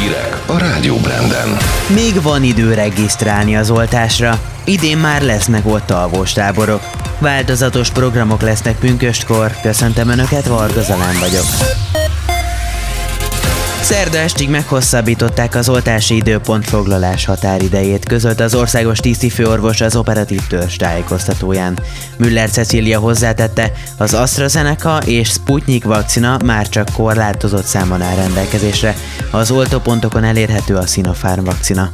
Hírek a Rádió Branden. Még van idő regisztrálni az oltásra. Idén már lesznek oltalvós táborok. Változatos programok lesznek pünköstkor. Köszöntöm Önöket, Varga Zalán vagyok. Szerda estig meghosszabbították az oltási időpontfoglalás határidejét, közölte az országos tisztifőorvos az operatív törzs tájékoztatóján. Müller Cecília hozzátette, az AstraZeneca és Sputnik vakcina már csak korlátozott számon áll rendelkezésre, az oltópontokon elérhető a Sinopharm vakcina.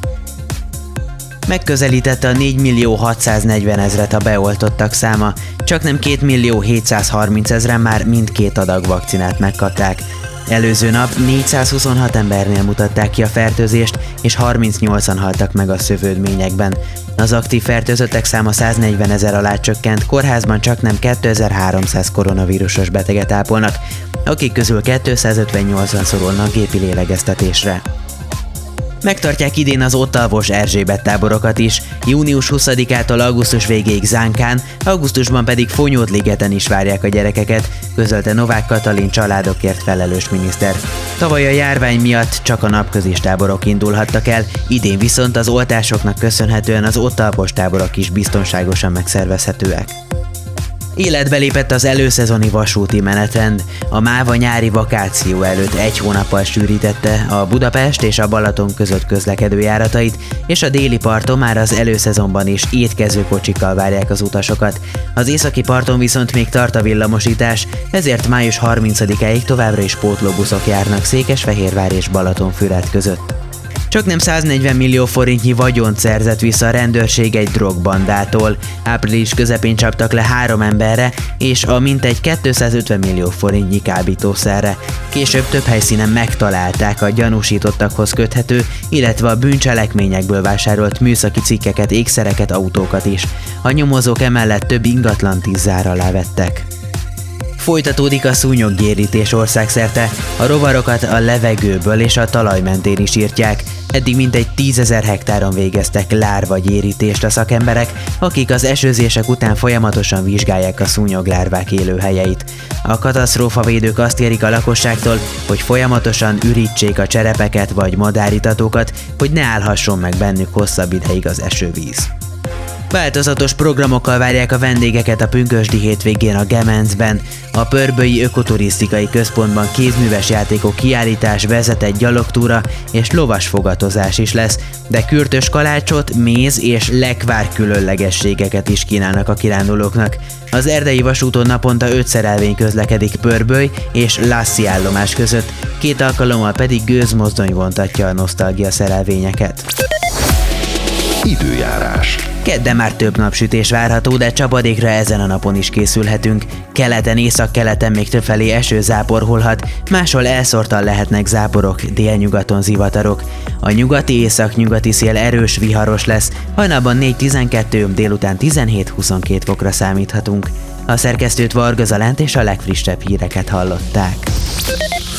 Megközelítette a 4.640.000-et a beoltottak száma, csaknem 2.730.000-en már mindkét adag vakcinát megkapták. Előző nap 426 embernél mutatták ki a fertőzést, és 38-an haltak meg a szövődményekben. Az aktív fertőzöttek száma 140.000 alá csökkent, kórházban csaknem 2300 koronavírusos beteget ápolnak, akik közül 258-an szorulnak gépi lélegeztetésre. Megtartják idén az oltalvos Erzsébet táborokat is, június 20-ától augusztus végéig Zánkán, augusztusban pedig Fonyódligeten is várják a gyerekeket, közölte Novák Katalin családokért felelős miniszter. Tavaly a járvány miatt csak a napközis táborok indulhattak el, idén viszont az oltásoknak köszönhetően az oltalvos táborok is biztonságosan megszervezhetőek. Életbe lépett az előszezoni vasúti menetrend. A MÁV a nyári vakáció előtt 1 hónappal sűrítette a Budapest és a Balaton között közlekedő járatait, és a déli parton már az előszezonban is étkezőkocsikkal várják az utasokat. Az északi parton viszont még tart a villamosítás, ezért május 30-áig továbbra is pótlóbuszok járnak Székesfehérvár és Balatonfüred között. Csaknem 140 millió forintnyi vagyont szerzett vissza a rendőrség egy drogbandától. Április közepén csaptak le 3 emberre, és a mintegy 250 millió forintnyi kábítószerre. Később több helyszínen megtalálták a gyanúsítottakhoz köthető, illetve a bűncselekményekből vásárolt műszaki cikkeket, ékszereket, autókat is. A nyomozók emellett több ingatlant is zár alá vettek. Folytatódik a szúnyoggyérítés országszerte, a rovarokat a levegőből és a talaj mentén is írtják. Eddig mintegy 10.000 hektáron végeztek lárvagyérítést a szakemberek, akik az esőzések után folyamatosan vizsgálják a szúnyoglárvák élőhelyeit. A katasztrófavédők azt kérik a lakosságtól, hogy folyamatosan ürítsék a cserepeket vagy madáritatókat, hogy ne állhasson meg bennük hosszabb ideig az esővíz. Változatos programokkal várják a vendégeket a pünkösdi hétvégén a Gemencben. A Pörbölyi Ökoturisztikai Központban kézműves játékok, kiállítás, vezetett gyalogtúra és lovasfogatozás is lesz, de kürtös kalácsot, méz és lekvár különlegességeket is kínálnak a kirándulóknak. Az Erdei vasúton naponta 5-szer elvény közlekedik Pörböly és Lasszi állomás között, 2 alkalommal pedig gőzmozdony vontatja a nosztalgia szerelvényeket. Időjárás. Kedden már több napsütés várható, de csapadékra ezen a napon is készülhetünk. Keleten, északkeleten még többfelé eső záporolhat, máshol elszórtan lehetnek záporok, délnyugaton zivatarok. A nyugati északnyugati szél erős, viharos lesz, hajnalban 4-12, délután 17-22 fokra számíthatunk. A szerkesztőt Varga Zalánt és a legfrissebb híreket hallották.